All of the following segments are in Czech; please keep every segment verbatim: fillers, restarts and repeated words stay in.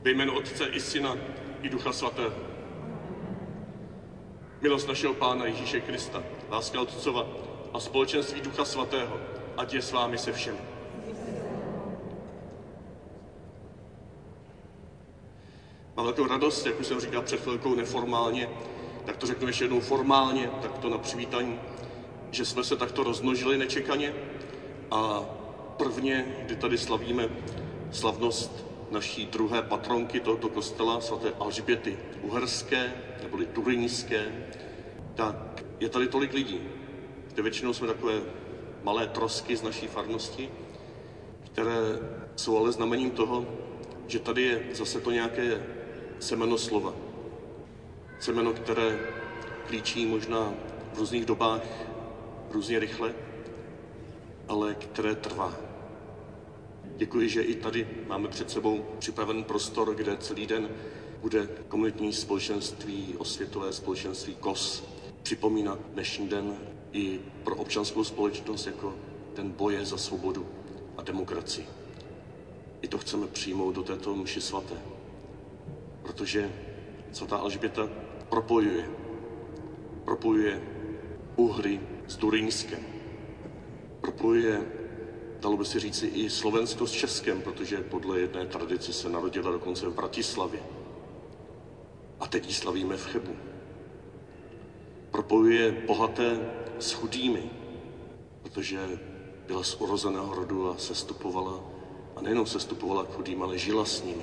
Ve jménu Otce i Syna i Ducha Svatého. Milost našeho Pána Ježíše Krista, láska Otcova a společenství Ducha Svatého, ať je s vámi se všemi. Mám velkou radost, jak už jsem říkal před chvilkou neformálně, tak to řeknu ještě jednou formálně, tak to na přivítání, že jsme se takto rozmnožili nečekaně a prvně, kdy tady slavíme slavnost naší druhé patronky tohoto kostela, svaté Alžběty Uherské, neboli Turynské, tak je tady tolik lidí. Kde většinou jsme takové malé trosky z naší farnosti, které jsou ale znamením toho, že tady je zase to nějaké semeno slova. Semeno, které klíčí možná v různých dobách různě rychle, ale které trvá. Děkuji, že i tady máme před sebou připraven prostor, kde celý den bude komunitní společenství, osvětové společenství K O S připomínat dnešní den i pro občanskou společnost jako den boje za svobodu a demokracii. I to chceme přijmout do této mši svaté, protože svatá Alžběta propojuje, propojuje Uhry s Turynskem, propojuje, dalo by se říci, i Slovensko s Českem, protože podle jedné tradice se narodila dokonce v Bratislavě. A teď ji slavíme v Chebu. Propojuje bohaté s chudými, protože byla z urozeného rodu a sestupovala, a nejenom sestupovala k chudým, ale žila s nimi.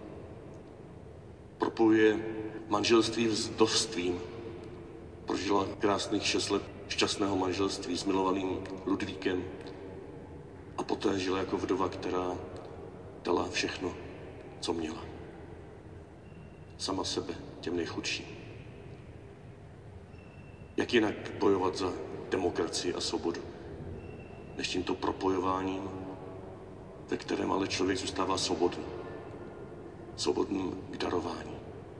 Propojuje manželství s vdovstvím. Prožila krásných šest let šťastného manželství s milovaným Ludvíkem a poté žila jako vdova, která dala všechno, co měla. Sama sebe těm nejchudším. Jak jinak bojovat za demokracii a svobodu, než tímto propojováním, ve kterém ale člověk zůstává svobodný. Svobodným k darování.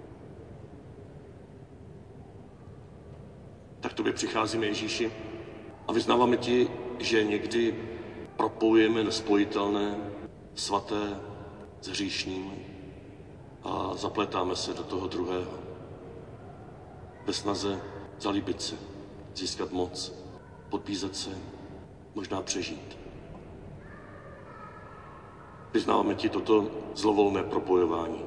Tak tobě přicházíme, Ježíši, a vyznáváme ti, že někdy propojujeme nespojitelné, svaté s hříšným a zapletáme se do toho druhého. Ve snaze zalíbit se, získat moc, podbízet se, možná přežít. Vyznáváme ti toto zlovolné propojování,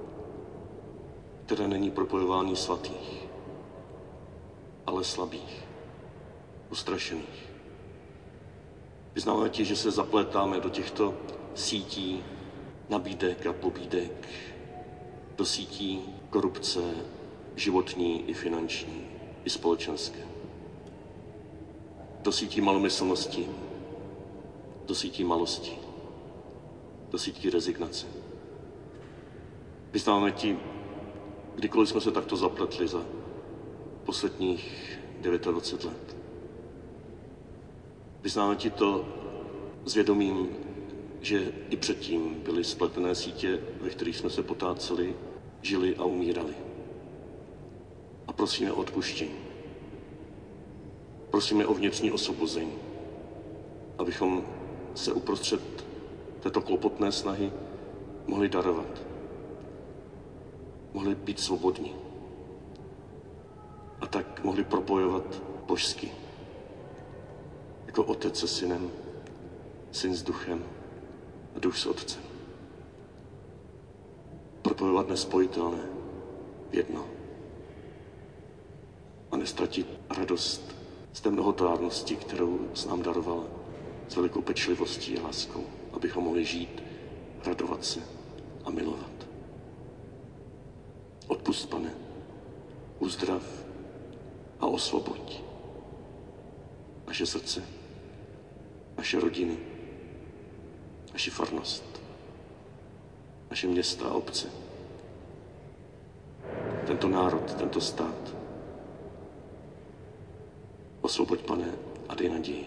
které není propojování svatých, ale slabých, ustrašených. Vyznáváme ti, že se zaplétáme do těchto sítí nabídek a pobídek, do sítí korupce, životní i finanční, i společenské. Do sítí malomyslnosti, do sítí malosti, do sítí rezignace. Vyznáváme ti, kdykoliv jsme se takto zapletli za posledních dvacet devět let. Vyznáváme ti to s vědomím, že i předtím byly spletené sítě, ve kterých jsme se potáceli, žili a umírali. A prosíme o odpuštění. Prosíme o vnitřní osvobození, abychom se uprostřed této klopotné snahy mohli darovat. Mohli být svobodní. A tak mohli propojovat božsky. Jako otec se synem, syn s duchem a duch s otcem. Propojovat nespojitelné v jedno. A nestratit radost z té mnohotárnosti, kterou s nám darovala s velikou pečlivostí a láskou, abychom mohli žít, radovat se a milovat. Odpusť, Pane, uzdrav a osvoboď naše srdce, naše rodiny, naši farnost, naše města a obce, tento národ, tento stát. Osvoboď, Pane, a dej naději.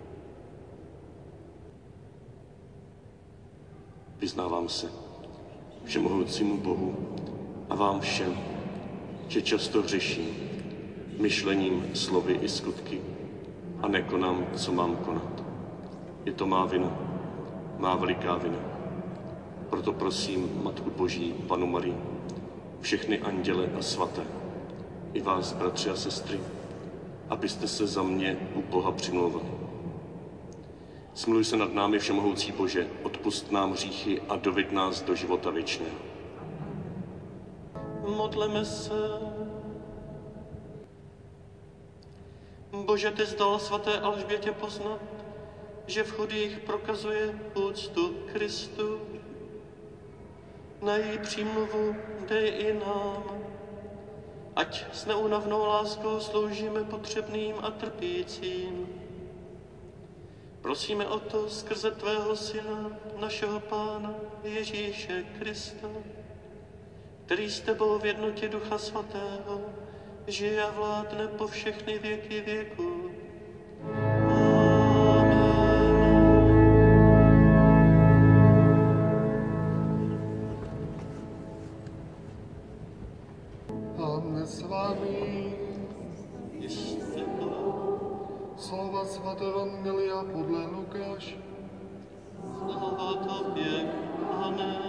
Vyznávám se všemohoucímu Bohu a vám všem, že často hřeším myšlením, slovy i skutky a nekonám, co mám konat. Je to má vina, má veliká vina. Proto prosím Matku Boží, Panu Marii, všechny anděle a svaté, i vás, bratři a sestry, abyste se za mě u Boha přimlouvali. Smiluj se nad námi, všemohoucí Bože, odpusť nám hříchy a doveď nás do života věčného. Modleme se. Bože, ty zdal svaté Alžbětě poznat, že v chudých prokazuje úctu Kristu. Na její přímluvu dej i nám, ať s neúnavnou láskou sloužíme potřebným a trpícím. Prosíme o to skrze tvého Syna, našeho Pána Ježíše Krista, který s tebou v jednotě Ducha Svatého žije a vládne po všechny věky věků. Pane s vámi, slova svatého Evangelia podle Lukáše. Sláva tobě, Pane.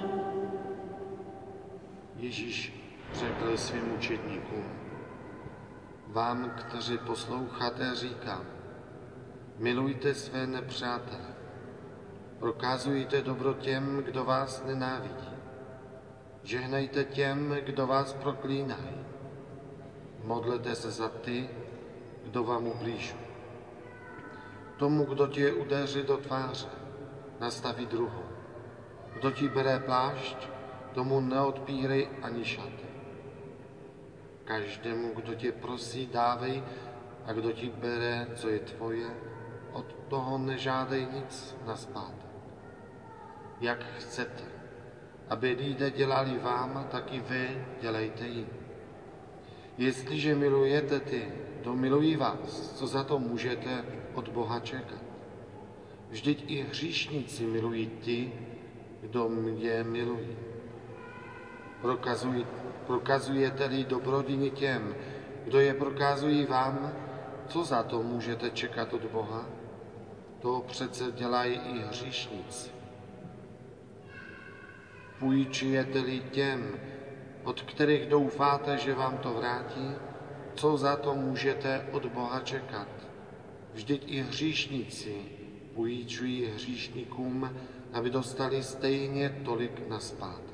Ježíš řekl svým učedníkům: vám, kteří posloucháte, říkám, milujte své nepřátele, prokazujte dobro těm, kdo vás nenávidí, žehnejte těm, kdo vás proklínají, modlete se za ty, kdo vám ublíží. Tomu, kdo tě udeří do tváře, nastaví druhou. Kdo ti bere plášť, tomu neodpírej ani šaty. Každému, kdo tě prosí, dávej, a kdo ti bere, co je tvoje, od toho nežádej nic nazpátek. Jak chcete, aby lidé dělali vám, tak i vy dělejte jim. Jestliže milujete ty, kdo milují vás, co za to můžete od Boha čekat? Vždyť i hříšníci milují ty, kdo mě milují. Prokazuj, prokazujete-li dobrodění těm, kdo je prokazují vám, co za to můžete čekat od Boha? To přece dělají i hříšníci. Půjčujete-li těm, od kterých doufáte, že vám to vrátí, co za to můžete od Boha čekat? Vždyť i hříšníci půjčují hříšníkům, aby dostali stejně tolik nazpátek.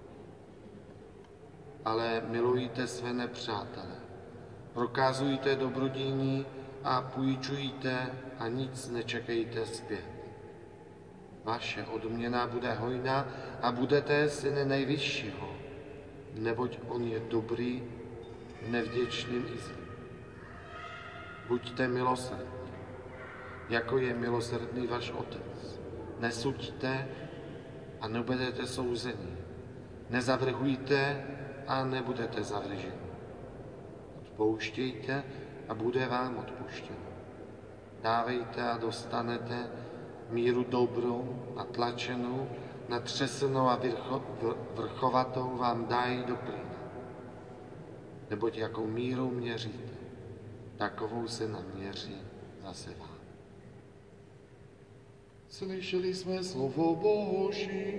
Ale milujte své nepřátele, prokazujte dobrodění a půjčujte a nic nečekejte zpět. Vaše odměna bude hojná a budete syny nejvyššího, neboť on je dobrý, nevděčným i zlým. Buďte milosrdní, jako je milosrdný váš Otec. Nesuďte a nebudete souzeni. Nezavrhujte a nebudete zavrženi. Odpouštějte a bude vám odpuštěno. Dávejte a dostanete míru dobrou, natlačenou, natřesenou a vrcho, vrchovatou vám dají do klína. Neboť jakou mírou měříte, takovou se naměří zase vám. Slyšeli jsme slovo Boží.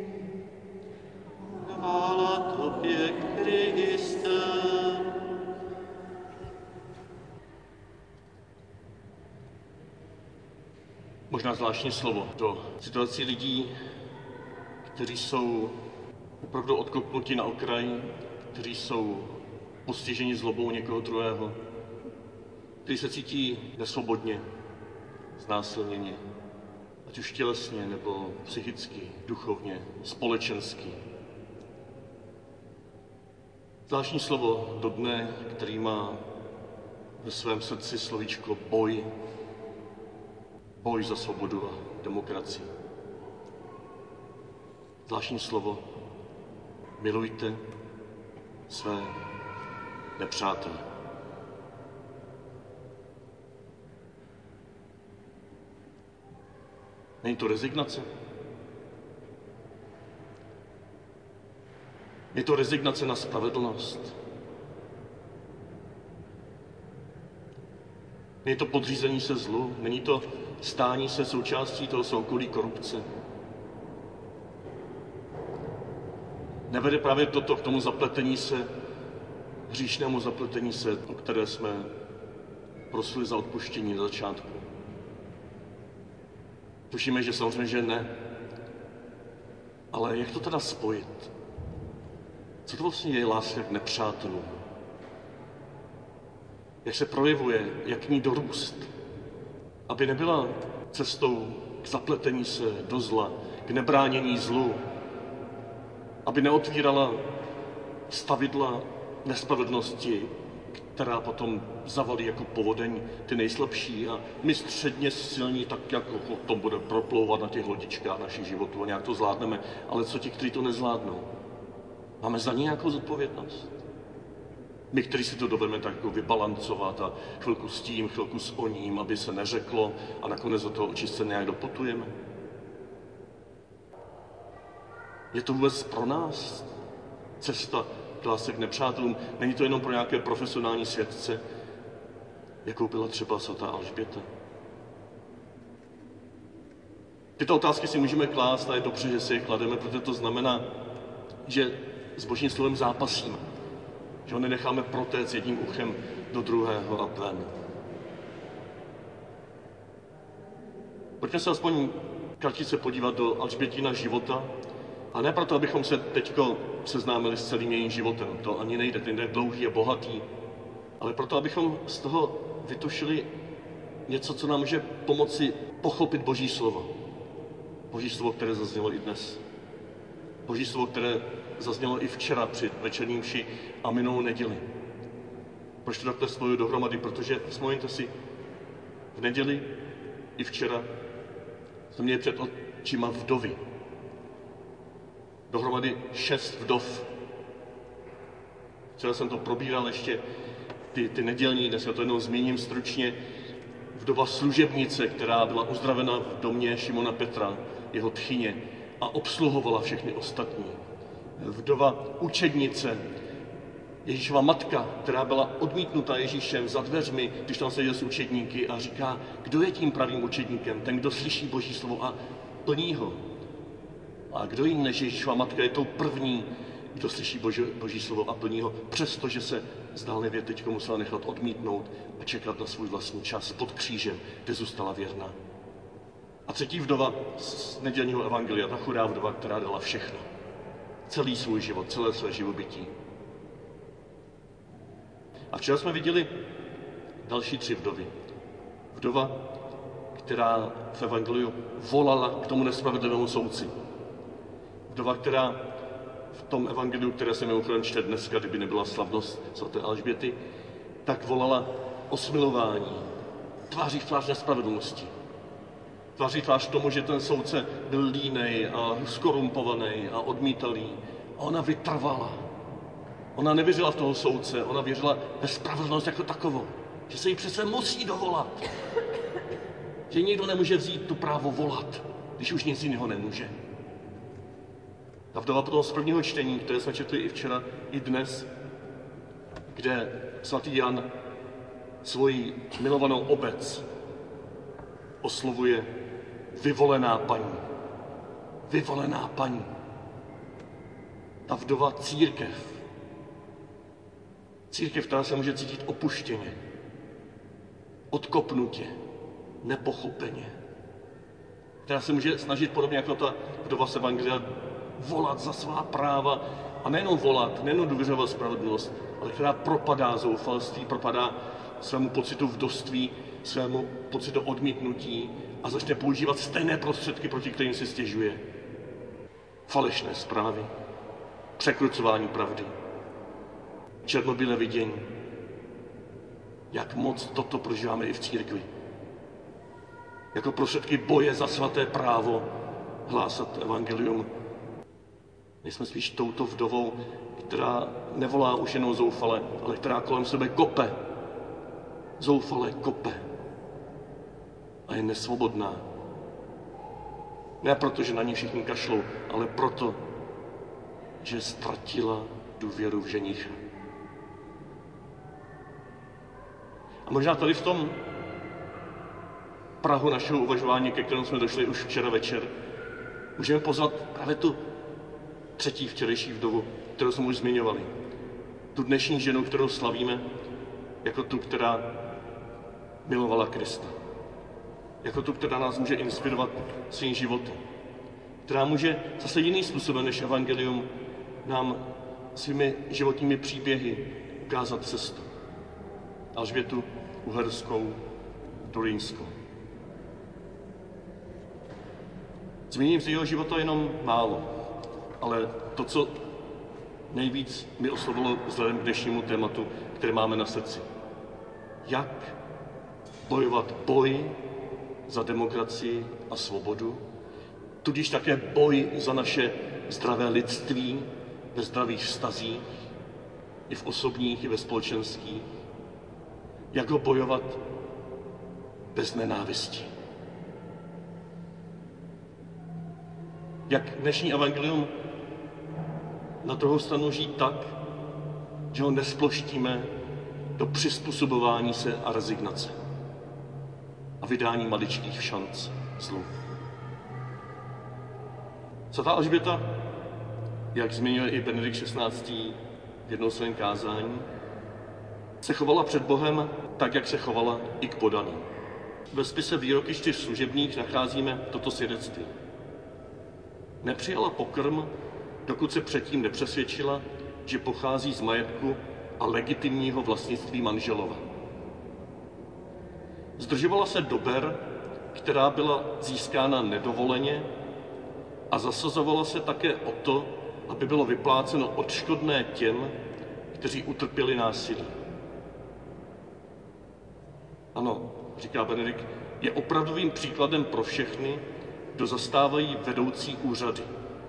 Chvála tobě, Kriste. Možná zvláštní slovo do situací lidí, kteří jsou opravdu odkopnuti na okraji, kteří jsou postiženi zlobou někoho druhého, kteří se cítí nesvobodně, znásilněně, ať už tělesně, nebo psychicky, duchovně, společensky. Zvláštní slovo do dne, který má ve svém srdci slovíčko boj, boj za svobodu a demokracii. Zvláštní slovo milujte své nepřátele. Není to rezignace? Je to rezignace na spravedlnost. Není to podřízení se zlu, není to stání se součástí toho soukolí korupce. Nevede právě toto k tomu zapletení se, hříšnému zapletení se, o které jsme prosili za odpuštění na začátku. Tušíme, že samozřejmě, že ne. Ale jak to teda spojit? Co to vlastně je láska k nepřátelům? Jak se projevuje, jak k ní dorůst? Aby nebyla cestou k zapletení se do zla, k nebránění zlu, aby neotvírala stavidla nespravedlnosti, která potom zavalí jako povodeň ty nejslabší a my středně silní tak jako to bude proplouvat na těch lodičkách našich životů a nějak to zvládneme, ale co ti, kteří to nezvládnou? Máme za ně nějakou zodpovědnost. My, kteří si to dovedeme tak jako vybalancovat a chvilku s tím, chvilku s oním, aby se neřeklo a nakonec do toho očistce nějak doputujeme. Je to vůbec pro nás cesta k lásce k nepřátelům? Není to jenom pro nějaké profesionální svědce, jakou byla třeba svatá Alžběta? Tyto otázky si můžeme klást a je dobře, že si je klademe, protože to znamená, že s Božím slovem zápasíme. Že ho nenecháme protéct jedním uchem do druhého a ven. Pojďme se aspoň kratice podívat do Alžbětina života. A ne proto, abychom se teďko seznámili s celým jejím životem. To ani nejde, ten je dlouhý a bohatý. Ale proto, abychom z toho vytušili něco, co nám může pomoci pochopit Boží slovo. Boží slovo, které zaznělo i dnes. Boží slovo, které zaznělo i včera při večerní mši a minulou neděli. Proč to takhle spojuji dohromady? Protože vzpomeňte si, v neděli i včera jsme měli před očima vdovy. Dohromady šest vdov. Včera jsem to probíral ještě ty, ty nedělní, dnes já to jenom zmíním stručně. Vdova služebnice, která byla uzdravena v domě Šimona Petra, jeho tchyně, a obsluhovala všechny ostatní. Vdova učednice, Ježíšova matka, která byla odmítnuta Ježíšem za dveřmi, když tam seděl s učedníky a říká, kdo je tím pravým učedníkem? Ten, kdo slyší Boží slovo a plní ho. A kdo jiný než Ježíšova matka je tou první, kdo slyší Boží, Boží slovo a plní ho, přestože se zdálnivě teď musela nechat odmítnout a čekat na svůj vlastní čas pod křížem, kde zůstala věrná. A třetí vdova z nedělního evangelia, ta chudá vdova, která dala všechno. Celý svůj život, celé své živobytí. A včera jsme viděli další tři vdovy. Vdova, která v evangeliu volala k tomu nespravedlivému soudci. Vdova, která v tom evangeliu, které se mimochodem čte dneska, kdyby nebyla slavnost svaté Alžběty, tak volala o smilování, tváří v tvář nespravedlnosti. Tváří tvář tomu, že ten soudce byl línej a skorumpovaný a odmítalý. A ona vytrvala. Ona nevěřila v toho soudce, ona věřila ve spravedlnost jako takovou. Že se jí přece musí dovolat. Že nikdo nemůže vzít tu právo volat, když už nic jiného nemůže. Ta vdova potom z prvního čtení, které jsme četli i včera, i dnes, kde svatý Jan svoji milovanou obec oslovuje vyvolená paní. Vyvolená paní. Ta vdova církev. Církev, která se může cítit opuštěně, odkopnutě, nepochopeně. Která se může snažit podobně jako ta vdova z evangelia volat za svá práva a nejenom volat, nejenom důvěřovat spravedlnost, ale která propadá zoufalství, propadá svému pocitu vdovství, svému pocitu odmítnutí a začne používat stejné prostředky, proti kterým si stěžuje. Falešné zprávy, překrucování pravdy, černobílé vidění. Jak moc toto prožíváme i v církvi. Jako prostředky boje za svaté právo hlásat evangelium. My jsme spíš touto vdovou, která nevolá už jenom zoufale, ale která kolem sebe kope. Zoufale kope. A je nesvobodná. Ne proto, že na ní všichni kašlou, ale proto, že ztratila důvěru v ženicha. A možná tady v tom prahu našeho uvažování, ke kterému jsme došli už včera večer, můžeme pozvat právě tu třetí včerejší vdovu, kterou jsme už zmiňovali. Tu dnešní ženu, kterou slavíme, jako tu, která milovala Krista. Jako tu, která nás může inspirovat svým životem. Která může zase jiným způsobem než evangelium nám svými životními příběhy ukázat cestu. Alžbětu Uherskou Turýnskou. Zmíním z jeho života jenom málo, ale to, co nejvíc mi oslovilo vzhledem k dnešnímu tématu, které máme na srdci. Jak bojovat boj za demokracii a svobodu, tudíž také boj za naše zdravé lidství ve zdravých vztazích, i v osobních, i ve společenských. Jak ho bojovat bez nenávisti. Jak dnešní evangelium na druhou stranu žít tak, že ho nesploštíme do přizpůsobování se a rezignace a vydání maličkých šanc zlu. Svatá Alžběta, jak zmiňuje i Benedikt šestnáctý v jednom svém kázání, se chovala před Bohem tak, jak se chovala i k podaným. Ve spise Výroky čtyř služebních nacházíme toto svědectví. Nepřijala pokrm, dokud se předtím nepřesvědčila, že pochází z majetku a legitimního vlastnictví manželova. Zdržovala se dober, která byla získána nedovoleně, a zasazovala se také o to, aby bylo vypláceno odškodné těm, kteří utrpěli násilí. Ano, říká Benedikt, je opravdovým příkladem pro všechny, kdo zastávají vedoucí úřady.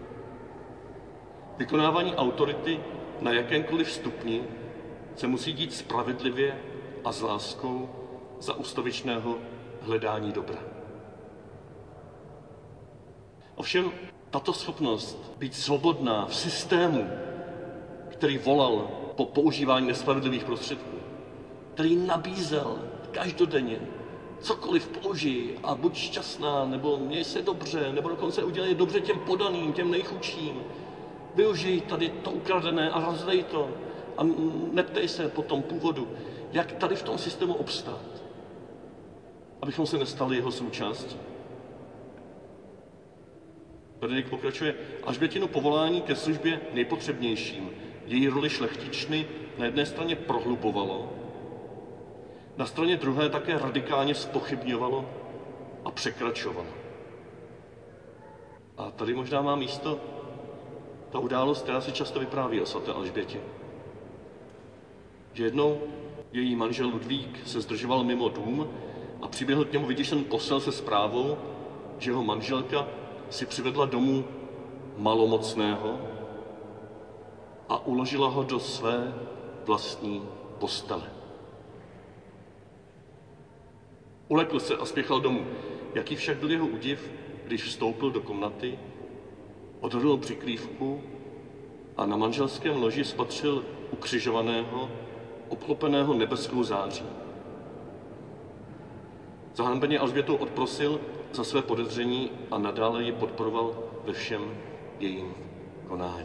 Vykonávání autority na jakémkoliv stupni se musí dít spravedlivě a s láskou za ustavičného hledání dobra. Ovšem, tato schopnost být svobodná v systému, který volal po používání nespravedlivých prostředků, který nabízel každodenně, cokoliv použij a buď šťastná, nebo měj se dobře, nebo dokonce udělej dobře těm podaným, těm nejchudším. Využij tady to ukradené a rozdej to a neptej se po tom původu, jak tady v tom systému obstát, abychom se nestali jeho součástí. Benedikt pokračuje, Alžbětino povolání ke službě nejpotřebnějším, její roli šlechtičny na jedné straně prohlubovalo, na straně druhé také radikálně zpochybňovalo a překračovalo. A tady možná má místo ta událost, která se často vypráví o svaté Alžbětě. Že jednou její manžel Ludvík se zdržoval mimo dům a přiběhl k němu vyděšen posel se zprávou, že jeho manželka si přivedla domů malomocného a uložila ho do své vlastní postele. Ulekl se a spěchal domů. Jaký však byl jeho údiv, když vstoupil do komnaty, odhodil přikrývku a na manželském loži spatřil ukřižovaného, obklopeného nebeskou září. Zahanbeně Alžbětou odprosil za své podezření a nadále ji podporoval ve všem jejím konání.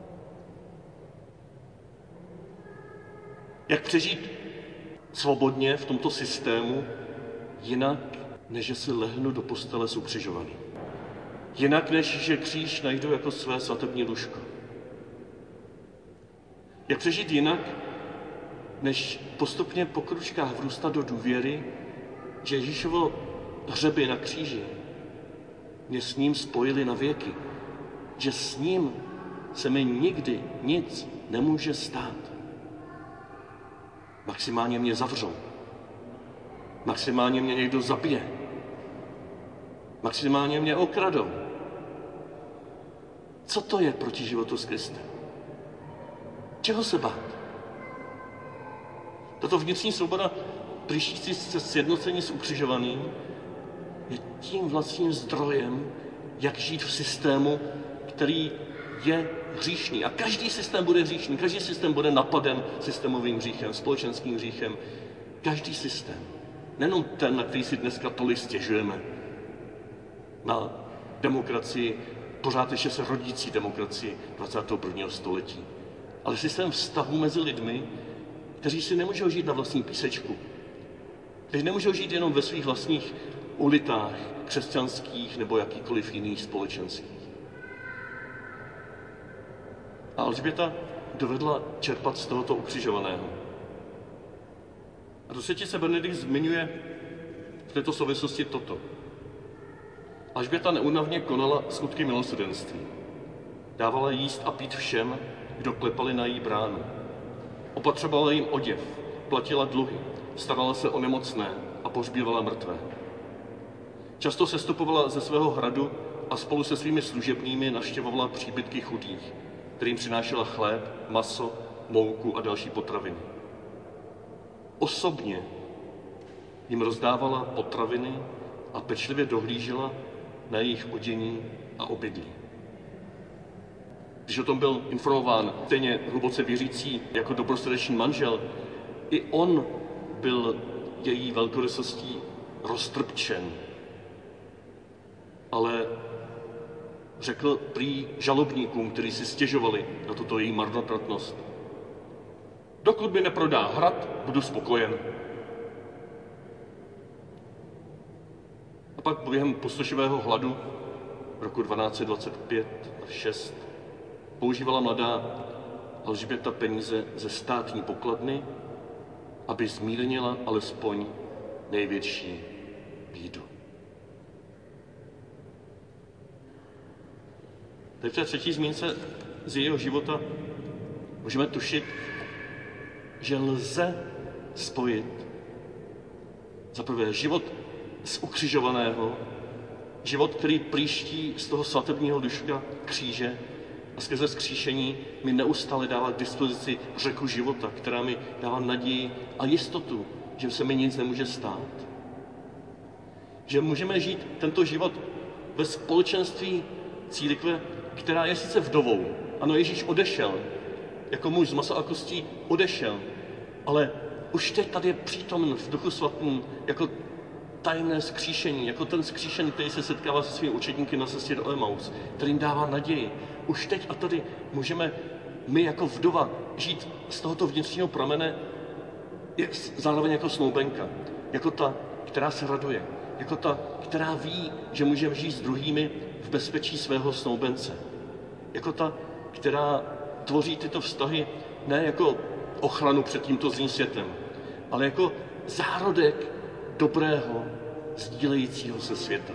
Jak přežít svobodně v tomto systému, jinak, než že si lehnu do postele s ukřižovaným. Jinak, než že kříž najdu jako své svatební lůžko. Jak přežít jinak, než postupně po kručkách vrůstat do důvěry, že Ježíšovo hřeby na kříži mě s ním spojili na věky, že s ním se mi nikdy nic nemůže stát. Maximálně mě zavřou. Maximálně mě někdo zabije. Maximálně mě okradou. Co to je proti životu s Kristem? Čeho se bát? Tato vnitřní svoboda, blížící se sjednocení s ukřižovaným, je tím vlastním zdrojem, jak žít v systému, který je hříšný. A každý systém bude hříšný, každý systém bude napaden systémovým hříchem, společenským hříchem. Každý systém. Nejenom ten, na který si dneska tolik stěžujeme. Na demokracii pořád ještě se rodící demokracii dvacátého prvního století, ale systém vztahů mezi lidmi, kteří si nemůžou žít na vlastní písečku, kteří nemůžou žít jenom ve svých vlastních ulitách křesťanských nebo jakýkoliv jiných společenských. A Alžběta dovedla čerpat z tohoto ukřižovaného. A do světice Benedikt zmiňuje v této souvislosti toto. Alžběta neúnavně konala skutky milosrdenství. Dávala jíst a pít všem, kdo klepali na její bránu. Opatřovala jim oděv, platila dluhy, starala se o nemocné a pohřbívala mrtvé. Často sestupovala ze svého hradu a spolu se svými služebnými navštěvovala příbytky chudých, kterým přinášela chléb, maso, mouku a další potraviny. Osobně jim rozdávala potraviny a pečlivě dohlížela na jejich odění a obydlí. Když o tom byl informován stejně hluboce věřící jako dobrosrdečný manžel, i on byl její velkorysostí roztrpčen. Ale řekl prý žalobníkům, kteří si stěžovali na tuto její marnotratnost: dokud mi neprodá hrad, budu spokojen. A pak během pustošivého hladu roku dvanáct dvacet pět a šest používala mladá Alžběta peníze ze státní pokladny, aby zmírnila alespoň největší bídu. Teď v té třetí zmínce z jejího života můžeme tušit, že lze spojit za prvé život z ukřižovaného, život, který příští z toho svatebního duška kříže a skrze vzkříšení mi neustále dává k dispozici řeku života, která mi dává naději a jistotu, že se mi nic nemůže stát. Že můžeme žít tento život ve společenství církve, která je sice vdovou. Ano, Ježíš odešel, jako muž z masa a kostí odešel, ale už teď tady je přítomen v Duchu svatém jako tajemné vzkříšení, jako ten vzkříšený, který se setkává se svými učedníky na cestě do Emaus, který jim dává naději. Už teď a tady můžeme my jako vdova žít z tohoto vnitřního pramene zároveň jako snoubenka, jako ta, která se raduje, jako ta, která ví, že může žít s druhými v bezpečí svého snoubence, jako ta, která tvoří tyto vztahy ne jako ochranu před tímto zlým světem, ale jako zárodek dobrého, sdílejícího se světa.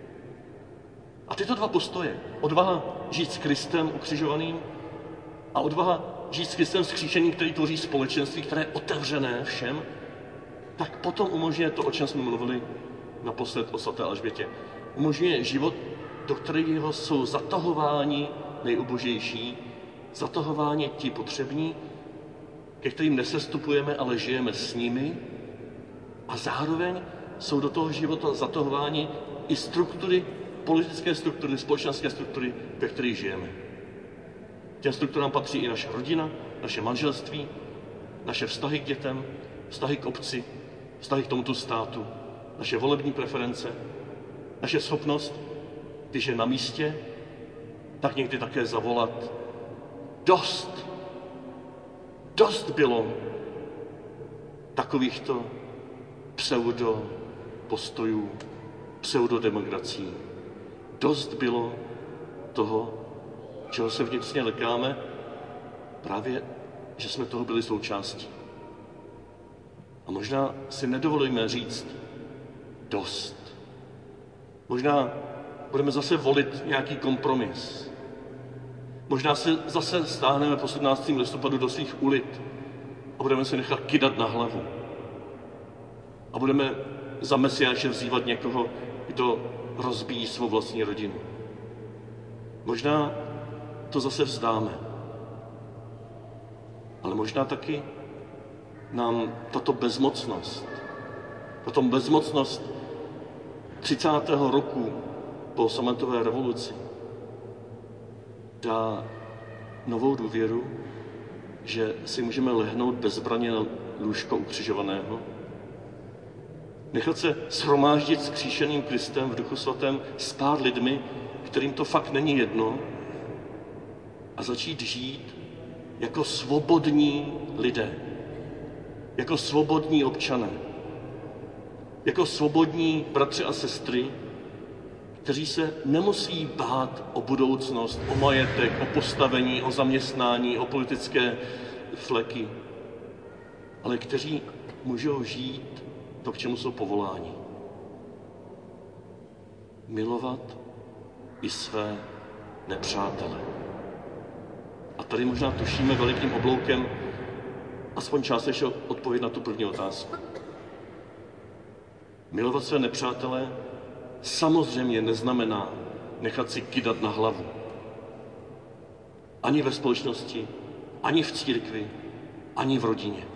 A tyto dva postoje, odvaha žít s Kristem ukřižovaným a odvaha žít s Kristem vzkříšeným, který tvoří společenství, které je otevřené všem, tak potom umožňuje to, o čem jsme mluvili naposled o svaté Alžbětě. Umožňuje život, do kterého jsou zatahováni nejubožejší, zatahováni ti potřební, ke kterým nesestupujeme, ale žijeme s nimi, a zároveň jsou do toho života zatahováni i struktury, politické struktury, společenské struktury, ve kterých žijeme. Těm strukturám patří i naše rodina, naše manželství, naše vztahy k dětem, vztahy k obci, vztahy k tomuto státu, naše volební preference, naše schopnost, když je na místě, tak někdy také zavolat: dost, dost bylo takovýchto pseudo postojů, pseudodemokracií. Dost bylo toho, čeho se vnitřně lekáme, právě, že jsme toho byli součástí. A možná si nedovolíme říct dost. Možná budeme zase volit nějaký kompromis. Možná se zase stáhneme po sedmnáctého listopadu do svých ulic a budeme se nechat kydat na hlavu. A budeme za Mesiáše vzývat někoho, kdo rozbíjí svou vlastní rodinu. Možná to zase vzdáme. Ale možná taky nám tato bezmocnost, tato bezmocnost třicátého roku po sametové revoluci dá novou důvěru, že si můžeme lehnout bezbraně na lůžko ukřižovaného nechat se shromáždit s kříšeným Kristem v Duchu Svatém s pár lidmi, kterým to fakt není jedno, a začít žít jako svobodní lidé, jako svobodní občané, jako svobodní bratři a sestry, kteří se nemusí bát o budoucnost, o majetek, o postavení, o zaměstnání, o politické fleky, ale kteří můžou žít to, k čemu jsou povoláni. Milovat i své nepřátele. A tady možná tušíme velikým obloukem aspoň částečně odpověď na tu první otázku. Milovat své nepřátele samozřejmě neznamená nechat si kydat na hlavu. Ani ve společnosti, ani v církvi, ani v rodině.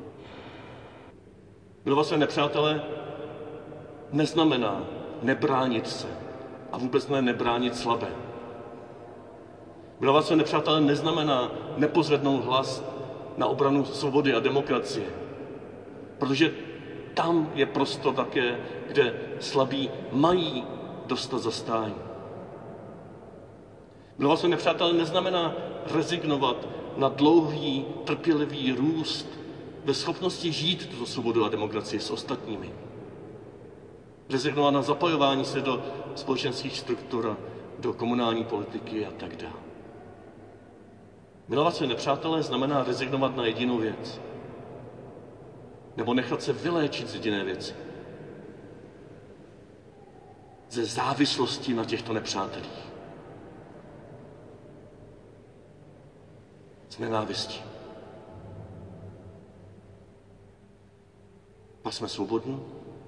Milovat své nepřátele neznamená nebránit se a vůbec ne nebránit slabé. Milovat své nepřátele neznamená nepozvednout hlas na obranu svobody a demokracie, protože tam je prostor také, kde slabí mají dostat zastání. Milovat své nepřátele neznamená rezignovat na dlouhý, trpělivý růst ve schopnosti žít tuto svobodu a demokracii s ostatními. Rezignovat na zapojování se do společenských struktur, do komunální politiky a tak dále. Milovat své nepřátele znamená rezignovat na jedinou věc. Nebo nechat se vyléčit z jediné věci. Ze závislosti na těchto nepřátelích. Z nenávistí. Pak jsme svobodní.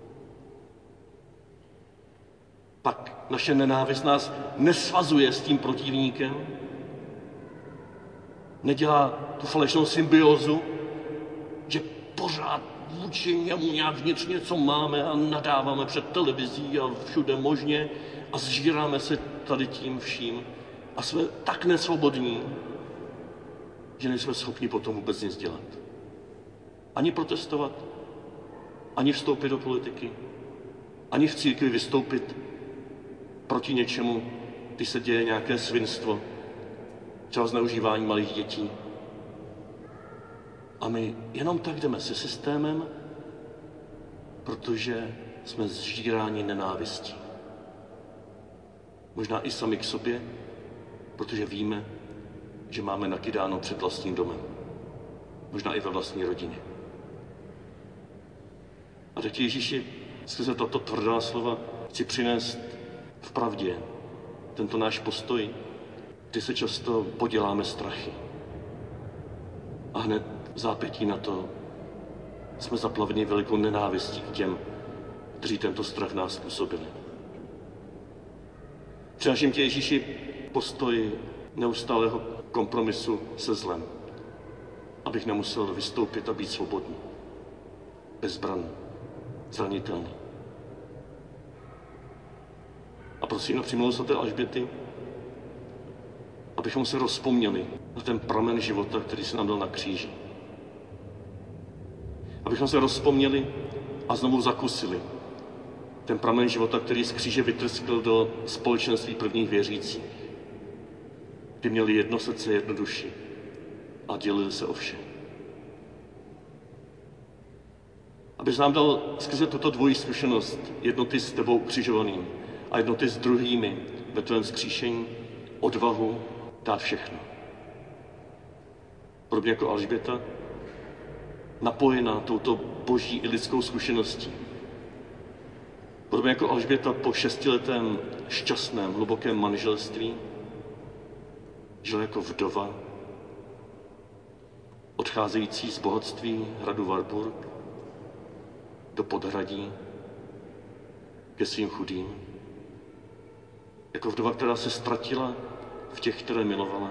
Pak naše nenávist nás nesvazuje s tím protivníkem. Nedělá tu falešnou symbiózu, že pořád vůči němu nějak vnitř něco máme a nadáváme před televizí a všude možně a zžíráme se tady tím vším. A jsme tak nesvobodní, že nejsme schopni potom vůbec nic dělat. Ani protestovat, ani vstoupit do politiky, ani v církvi vystoupit proti něčemu, když se děje nějaké svinstvo, třeba zneužívání malých dětí. A my jenom tak jdeme se systémem, protože jsme zžíráni nenávistí. Možná i sami k sobě, protože víme, že máme nakydáno před vlastním domem. Možná i ve vlastní rodině. A teď Ježíši skrze tato tvrdá slova chci přinést v pravdě tento náš postoj, kdy se často poděláme strachy. A hned v zápětí na to jsme zaplaveni velikou nenávistí k těm, kteří tento strach nás způsobili. Přináším tě, Ježíši, postoj neustálého kompromisu se zlem, abych nemusel vystoupit a být svobodný, bezbranný, zranitelný. A prosím na přímluvu svaté Alžběty, abychom se rozpomněli na ten pramen života, který se nám dal na kříži. Abychom se rozpomněli a znovu zakusili ten pramen života, který z kříže vytrskl do společenství prvních věřících, kdy měli jedno srdce, jednu duši a dělili se o vše. Abys nám dal skrze tuto dvojí zkušenost jednoty s tebou ukřižovaným a jednoty s druhými ve tvém vzkříšení odvahu dát všechno. Podobně jako Alžběta, napojená touto boží i lidskou zkušeností. Podobně jako Alžběta po šestiletém šťastném, hlubokém manželství žila jako vdova, odcházející z bohatství hradu Warburg do podhradí ke svým chudým. Jako vdova, která se ztratila v těch, které milovala.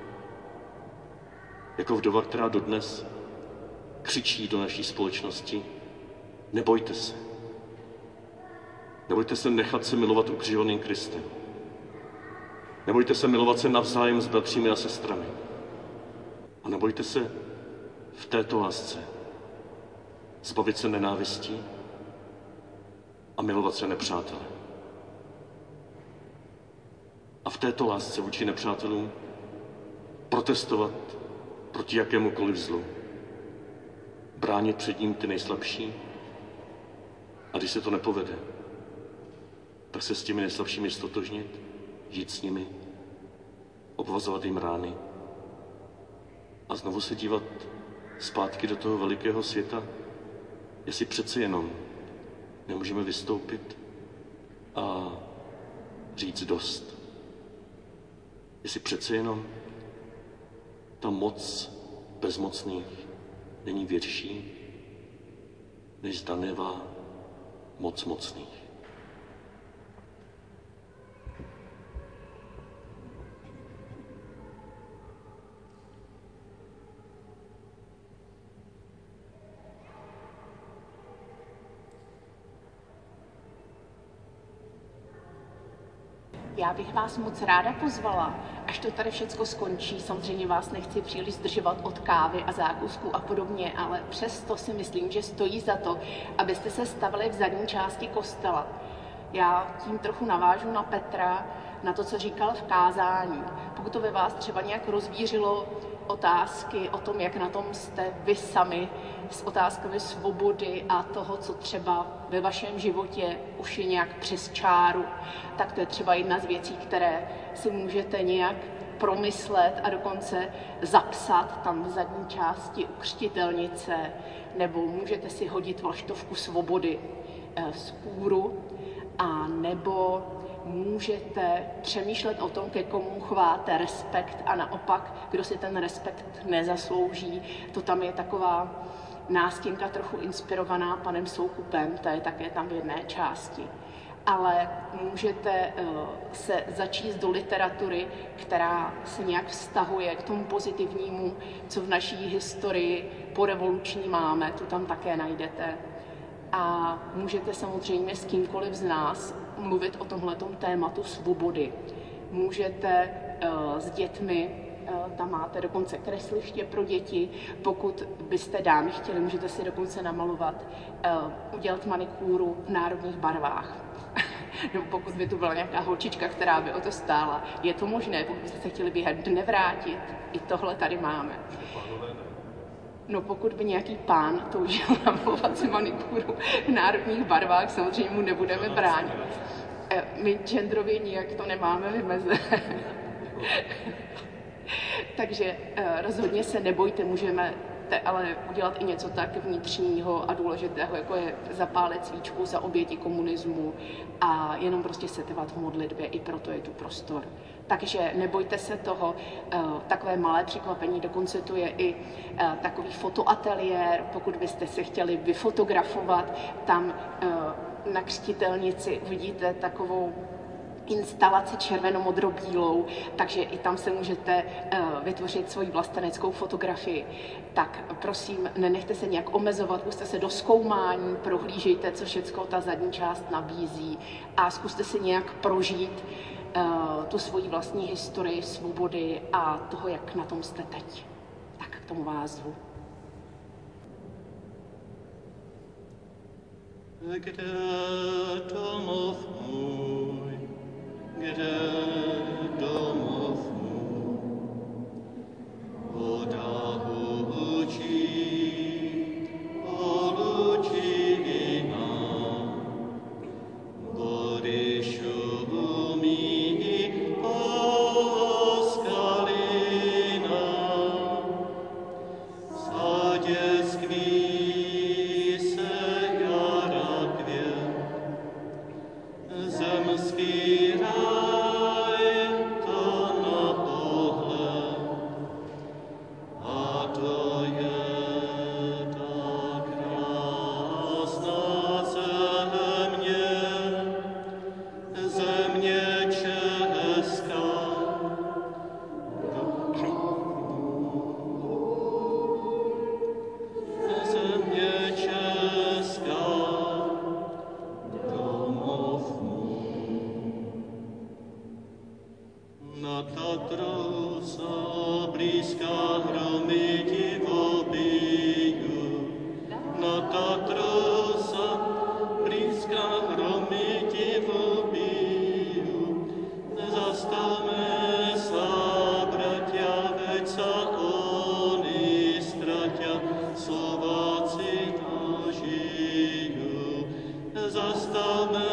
Jako vdova, která dodnes křičí do naší společnosti: nebojte se. Nebojte se nechat se milovat ukřižovaným Kristem. Nebojte se milovat se navzájem s bratřími a sestrami. A nebojte se v této lásce zbavit se nenávistí a milovat se nepřátele. A v této lásce vůči nepřátelům protestovat proti jakémukoliv zlu. Bránit před ním ty nejslabší a když se to nepovede, tak se s těmi nejslabšími stotožnit, žít s nimi, obvazovat jim rány a znovu se dívat zpátky do toho velikého světa, jestli přece jenom nemůžeme vystoupit a říct dost. Jestli přece jenom ta moc bezmocných není větší než zdanlivá moc mocných. Já bych vás moc ráda pozvala, až to tady všecko skončí. Samozřejmě vás nechci příliš zdržovat od kávy a zákusků a podobně, ale přesto si myslím, že stojí za to, abyste se stavili v zadní části kostela. Já tím trochu navážu na Petra, na to, co říkal v kázání. Pokud to ve vás třeba nějak rozvířilo otázky o tom, jak na tom jste vy sami s otázkami svobody a toho, co třeba ve vašem životě už je nějak přes čáru, tak to je třeba jedna z věcí, které si můžete nějak promyslet a dokonce zapsat tam v zadní části u křtitelnice, nebo můžete si hodit vlaštovku svobody z kůru, a nebo můžete přemýšlet o tom, ke komu chováte respekt a naopak, kdo si ten respekt nezaslouží. To tam je taková nástěnka trochu inspirovaná panem Soukupem, ta je také tam v jedné části. Ale můžete uh, se začít do literatury, která se nějak vztahuje k tomu pozitivnímu, co v naší historii porevoluční máme, to tam také najdete. A můžete samozřejmě s kýmkoliv z nás mluvit o tomhletom tématu svobody. Můžete uh, s dětmi, uh, tam máte dokonce kresliště pro děti, pokud byste dámy chtěli, můžete si dokonce namalovat, uh, udělat manikúru v národních barvách. Nebo pokud by tu byla nějaká holčička, která by o to stála. Je to možné, pokud byste se chtěli běhat dne vrátit, i tohle tady máme. No pokud by nějaký pán toužil namalovat si manikúru v národních barvách, samozřejmě mu nebudeme bránit. My genderově nijak to nemáme vymezené. Takže rozhodně se nebojte, můžeme ale udělat i něco tak vnitřního a důležitého, jako je zapálit svíčku za oběti komunismu a jenom prostě setrvat v modlitbě, i proto je tu prostor. Takže nebojte se toho, takové malé překvapení, dokonce tu je i takový fotoateliér, pokud byste se chtěli vyfotografovat, tam na křtitelnici vidíte takovou instalaci červeno-modro-bílou, takže i tam se můžete uh, vytvořit svoji vlasteneckou fotografii. Tak prosím, nenechte se nějak omezovat, puste se do zkoumání, prohlížejte, co všecko ta zadní část nabízí a zkuste si nějak prožít uh, tu svoji vlastní historii svobody a toho, jak na tom jste teď. Tak k tomu vás zvu. Kde domov můj, kde domov můj, voda hučí, olučí nám, vody šumí, oskaly nám, sadě skví se jara květ, zemský ráj to na pohled, a to je ta krásná země, země česká. Země Slováci nažiju, zastavme